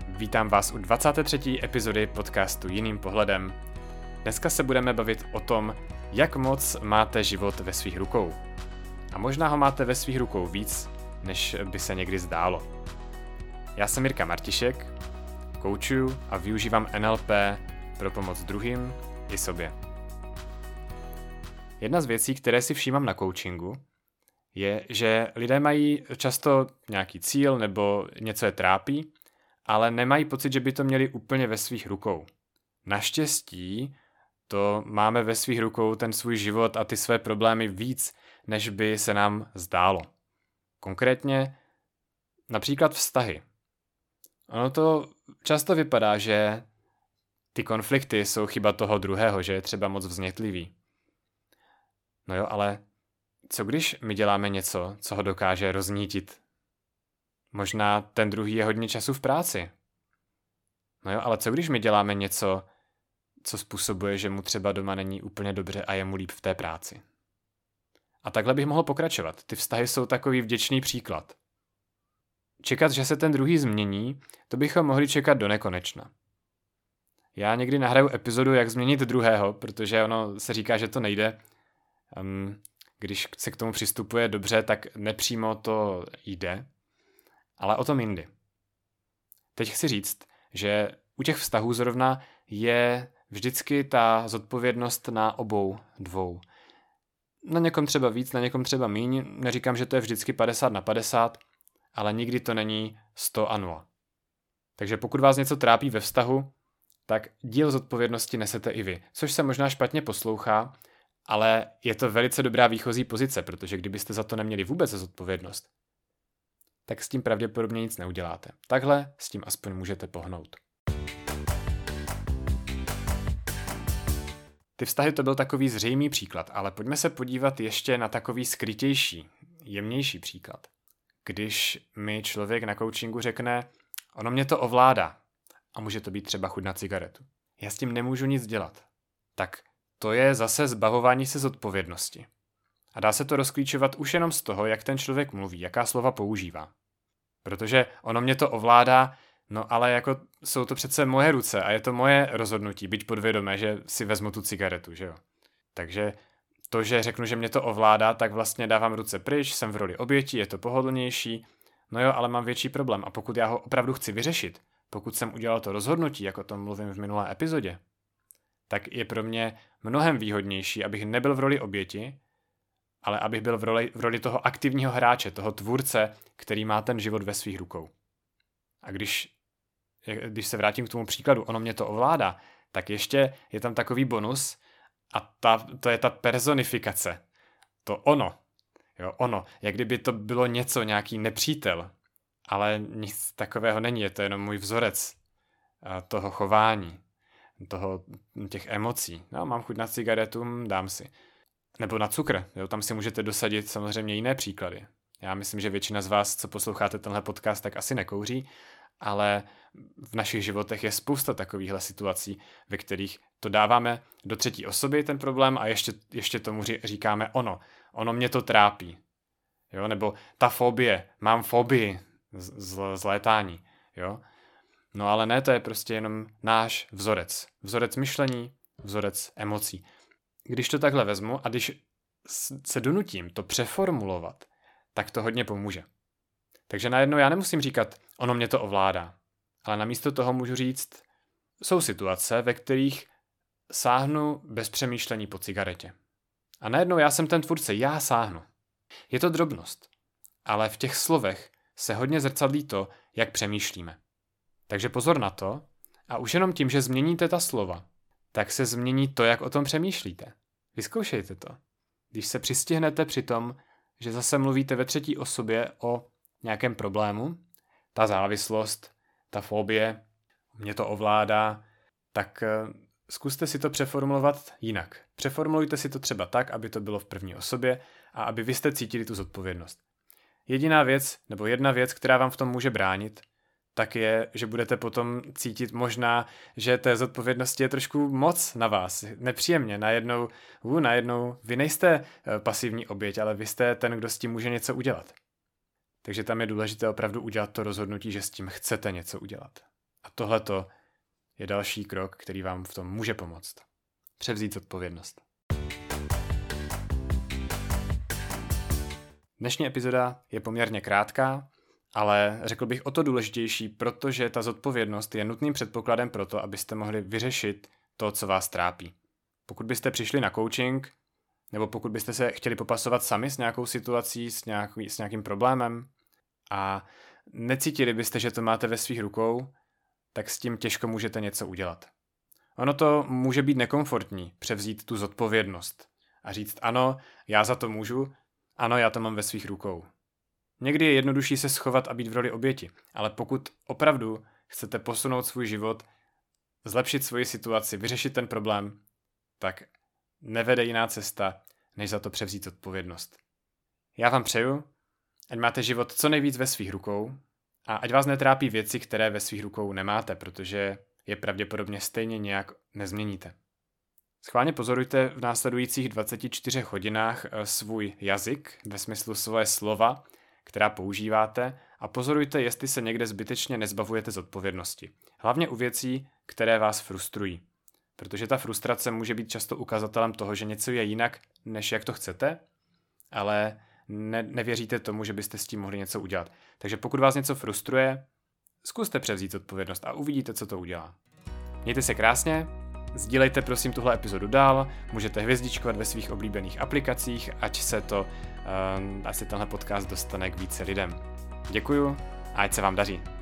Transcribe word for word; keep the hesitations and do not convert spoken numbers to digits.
Vítám vás u dvacáté třetí epizody podcastu Jiným pohledem. Dneska se budeme bavit o tom, jak moc máte život ve svých rukou. A možná ho máte ve svých rukou víc, než by se někdy zdálo. Já jsem Jirka Martišek, koučuju a využívám N L P pro pomoc druhým i sobě. Jedna z věcí, které si všímám na coachingu, je, že lidé mají často nějaký cíl nebo něco je trápí, ale nemají pocit, že by to měli úplně ve svých rukou. Naštěstí to máme ve svých rukou ten svůj život a ty své problémy víc, než by se nám zdálo. Konkrétně například vztahy. Ono to často vypadá, že ty konflikty jsou chyba toho druhého, že je třeba moc vznětlivý. No jo, ale co když my děláme něco, co ho dokáže roznítit? Možná ten druhý je hodně času v práci. No jo, ale co když my děláme něco, co způsobuje, že mu třeba doma není úplně dobře a je mu líp v té práci? A takhle bych mohl pokračovat. Ty vztahy jsou takový vděčný příklad. Čekat, že se ten druhý změní, to bychom mohli čekat do nekonečna. Já někdy nahraju epizodu, jak změnit druhého, protože ono se říká, že to nejde. Um, když se k tomu přistupuje dobře, tak nepřímo to jde. Ale o tom jindy. Teď chci říct, že u těch vztahů zrovna je vždycky ta zodpovědnost na obou dvou. Na někom třeba víc, na někom třeba míň. Neříkám, že to je vždycky padesát na padesát, ale nikdy to není sto a nula. Takže pokud vás něco trápí ve vztahu, tak díl zodpovědnosti nesete i vy. Což se možná špatně poslouchá, ale je to velice dobrá výchozí pozice, protože kdybyste za to neměli vůbec zodpovědnost, tak s tím pravděpodobně nic neuděláte. Takhle s tím aspoň můžete pohnout. Ty vztahy to byl takový zřejmý příklad, ale pojďme se podívat ještě na takový skrytější, jemnější příklad. Když mi člověk na coachingu řekne, ono mě to ovládá a může to být třeba chuť na cigaretu. Já s tím nemůžu nic dělat. Tak to je zase zbavování se zodpovědnosti. A dá se to rozklíčovat už jenom z toho, jak ten člověk mluví, jaká slova používá. Protože ono mě to ovládá, no ale jako jsou to přece moje ruce a je to moje rozhodnutí, byť podvědomé, že si vezmu tu cigaretu, že jo. Takže to, že řeknu, že mě to ovládá, tak vlastně dávám ruce pryč, jsem v roli oběti, je to pohodlnější, no jo, ale mám větší problém a pokud já ho opravdu chci vyřešit, pokud jsem udělal to rozhodnutí, jak o tom mluvím v minulé epizodě, tak je pro mě mnohem výhodnější, abych nebyl v roli oběti, ale abych byl v roli, v roli toho aktivního hráče, toho tvůrce, který má ten život ve svých rukou. A když, když se vrátím k tomu příkladu, ono mě to ovládá, tak ještě je tam takový bonus a ta, to je ta personifikace. To ono. Jo, ono. Jak kdyby to bylo něco, nějaký nepřítel, ale nic takového není, je to jenom můj vzorec toho chování, toho, těch emocí. No, mám chuť na cigaretu, dám si. Nebo na cukr, jo, tam si můžete dosadit samozřejmě jiné příklady. Já myslím, že většina z vás, co posloucháte tenhle podcast, tak asi nekouří, ale v našich životech je spousta takovýchhle situací, ve kterých to dáváme do třetí osoby, ten problém, a ještě, ještě tomu říkáme ono. Ono mě to trápí. Jo, nebo ta fobie, mám fobii z, z létání. Jo. No ale ne, to je prostě jenom náš vzorec. Vzorec myšlení, vzorec emocí. Když to takhle vezmu a když se donutím to přeformulovat, tak to hodně pomůže. Takže najednou já nemusím říkat, ono mě to ovládá, ale namísto toho můžu říct, jsou situace, ve kterých sáhnu bez přemýšlení po cigaretě. A najednou já jsem ten tvůrce, já sáhnu. Je to drobnost, ale v těch slovech se hodně zrcadlí to, jak přemýšlíme. Takže pozor na to a už jenom tím, že změníte ta slova, tak se změní to, jak o tom přemýšlíte. Vyzkoušejte to. Když se přistihnete při tom, že zase mluvíte ve třetí osobě o nějakém problému, ta závislost, ta fobie, mě to ovládá, tak zkuste si to přeformulovat jinak. Přeformulujte si to třeba tak, aby to bylo v první osobě a aby vy jste cítili tu zodpovědnost. Jediná věc, nebo jedna věc, která vám v tom může bránit, tak je, že budete potom cítit možná, že té zodpovědnosti je trošku moc na vás. Nepříjemně, najednou, uh, najednou vy nejste pasivní oběť, ale vy jste ten, kdo s tím může něco udělat. Takže tam je důležité opravdu udělat to rozhodnutí, že s tím chcete něco udělat. A tohleto je další krok, který vám v tom může pomoct. Převzít zodpovědnost. Dnešní epizoda je poměrně krátká, ale řekl bych o to důležitější, protože ta zodpovědnost je nutným předpokladem pro to, abyste mohli vyřešit to, co vás trápí. Pokud byste přišli na coaching, nebo pokud byste se chtěli popasovat sami s nějakou situací, s, nějaký, s nějakým problémem a necítili byste, že to máte ve svých rukou, tak s tím těžko můžete něco udělat. Ono to může být nekomfortní, převzít tu zodpovědnost a říct ano, já za to můžu, ano, já to mám ve svých rukou. Někdy je jednodušší se schovat a být v roli oběti, ale pokud opravdu chcete posunout svůj život, zlepšit svoji situaci, vyřešit ten problém, tak nevede jiná cesta, než za to převzít odpovědnost. Já vám přeju, ať máte život co nejvíc ve svých rukou a ať vás netrápí věci, které ve svých rukou nemáte, protože je pravděpodobně stejně nějak nezměníte. Schválně pozorujte v následujících dvaceti čtyřech hodinách svůj jazyk, ve smyslu svoje slova, která používáte, a pozorujte, jestli se někde zbytečně nezbavujete zodpovědnosti. Hlavně u věcí, které vás frustrují. Protože ta frustrace může být často ukazatelem toho, že něco je jinak, než jak to chcete, ale ne- nevěříte tomu, že byste s tím mohli něco udělat. Takže pokud vás něco frustruje, zkuste převzít odpovědnost a uvidíte, co to udělá. Mějte se krásně, sdílejte prosím tuhle epizodu dál, můžete hvězdičkovat ve svých oblíbených aplikacích, ať se to, uh, ať se tenhle podcast dostane k více lidem. Děkuju a ať se vám daří.